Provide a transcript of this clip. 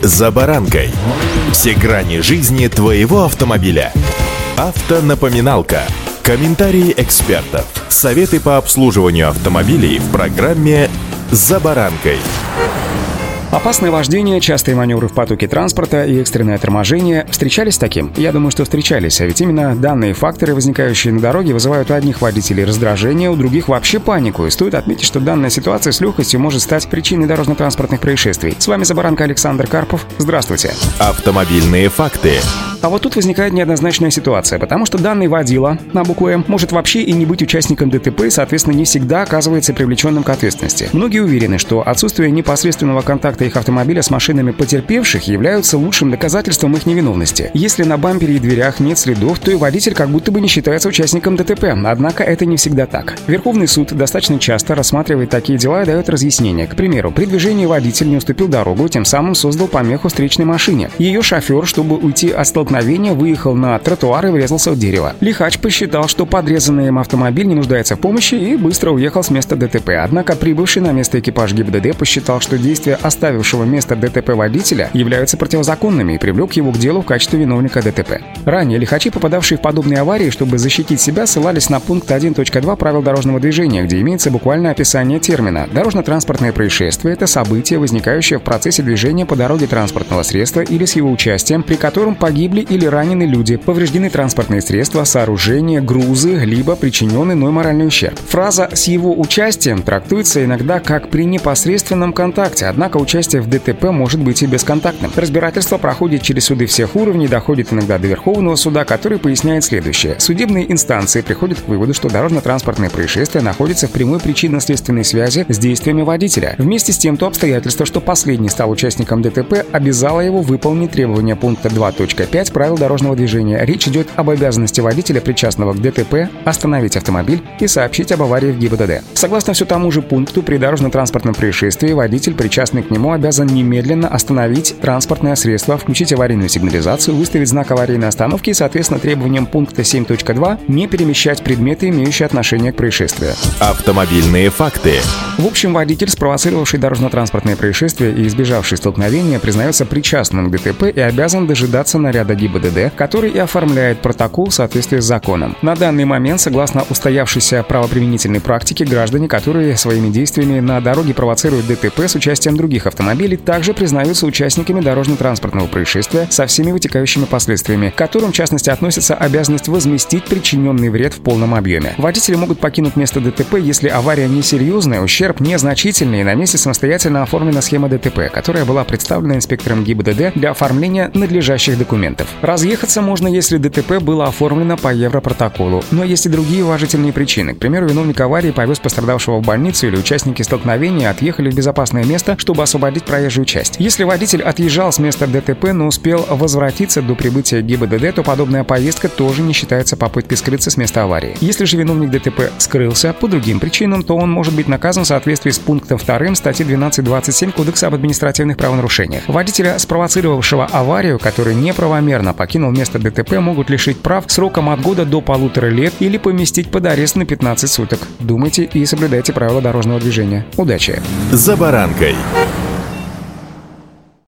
«За баранкой». Все грани жизни твоего автомобиля. Автонапоминалка. Комментарии экспертов. Советы по обслуживанию автомобилей в программе «За баранкой». Опасное вождение, частые маневры в потоке транспорта и экстренное торможение. Встречались с таким? Я думаю, что встречались. А ведь именно данные факторы, возникающие на дороге, вызывают у одних водителей раздражение, у других вообще панику. И стоит отметить, что данная ситуация с легкостью может стать причиной дорожно-транспортных происшествий. С вами «За баранкой» Александр Карпов. Здравствуйте. Автомобильные факты. А вот тут возникает неоднозначная ситуация, потому что данный водила на букву «М» может вообще и не быть участником ДТП и, соответственно, не всегда оказывается привлеченным к ответственности. Многие уверены, что отсутствие непосредственного контакта их автомобиля с машинами потерпевших являются лучшим доказательством их невиновности. Если на бампере и дверях нет следов, то и водитель как будто бы не считается участником ДТП. Однако это не всегда так. Верховный суд достаточно часто рассматривает такие дела и дает разъяснения. К примеру, при движении водитель не уступил дорогу, тем самым создал помеху встречной машине. Ее шофер, чтобы уйти от столкновения, выехал на тротуар и врезался в дерево. Лихач посчитал, что подрезанный им автомобиль не нуждается в помощи и быстро уехал с места ДТП. Однако прибывший на место экипаж ГИБДД посчитал, что действия оставившего место ДТП водителя являются противозаконными и привлек его к делу в качестве виновника ДТП. Ранее лихачи, попадавшие в подобные аварии, чтобы защитить себя, ссылались на пункт 1.2 правил дорожного движения, где имеется буквальное описание термина. Дорожно-транспортное происшествие – это событие, возникающее в процессе движения по дороге транспортного средства или с его участием, при котором погибли или ранены люди, повреждены транспортные средства, сооружения, грузы, либо причинен иной моральный ущерб. Фраза «с его участием» трактуется иногда как при непосредственном контакте, однако участие в ДТП может быть и бесконтактным. Разбирательство проходит через суды всех уровней, доходит иногда до Верховного суда, который поясняет следующее. Судебные инстанции приходят к выводу, что дорожно-транспортное происшествие находится в прямой причинно-следственной связи с действиями водителя. Вместе с тем, то обстоятельство, что последний стал участником ДТП, обязало его выполнить требования пункта 2.5 правил дорожного движения. Речь идет об обязанности водителя, причастного к ДТП, остановить автомобиль и сообщить об аварии в ГИБДД. Согласно все тому же пункту, при дорожно-транспортном происшествии водитель, причастный к нему, обязан немедленно остановить транспортное средство, включить аварийную сигнализацию, выставить знак аварийной остановки и, соответственно, требованиям пункта 7.2 не перемещать предметы, имеющие отношение к происшествию. Автомобильные факты. В общем, водитель, спровоцировавший дорожно-транспортное происшествие и избежавший столкновения, признается причастным к ДТП и обязан дожидаться наряда ГИБДД, который и оформляет протокол в соответствии с законом. На данный момент, согласно устоявшейся правоприменительной практике, граждане, которые своими действиями на дороге провоцируют ДТП с участием других автомобилей, также признаются участниками дорожно-транспортного происшествия со всеми вытекающими последствиями, к которым, в частности, относится обязанность возместить причиненный вред в полном объеме. Водители могут покинуть место ДТП, если авария несерьезная, ущерб незначительный и на месте самостоятельно оформлена схема ДТП, которая была представлена инспектором ГИБДД для оформления надлежащих документов. Разъехаться можно, если ДТП было оформлено по европротоколу. Но есть и другие уважительные причины. К примеру, виновник аварии повез пострадавшего в больницу или участники столкновения отъехали в безопасное место, чтобы освободить проезжую часть. Если водитель отъезжал с места ДТП, но успел возвратиться до прибытия ГИБДД, то подобная поездка тоже не считается попыткой скрыться с места аварии. Если же виновник ДТП скрылся по другим причинам, то он может быть наказан в соответствии с пунктом 2 статьи 12.27 Кодекса об административных правонарушениях. Водителя, спровоцировавшего аварию, который неправомерно покинул место ДТП, могут лишить прав сроком от года до 1,5 лет или поместить под арест на 15 суток. Думайте и соблюдайте правила дорожного движения. Удачи! «За баранкой».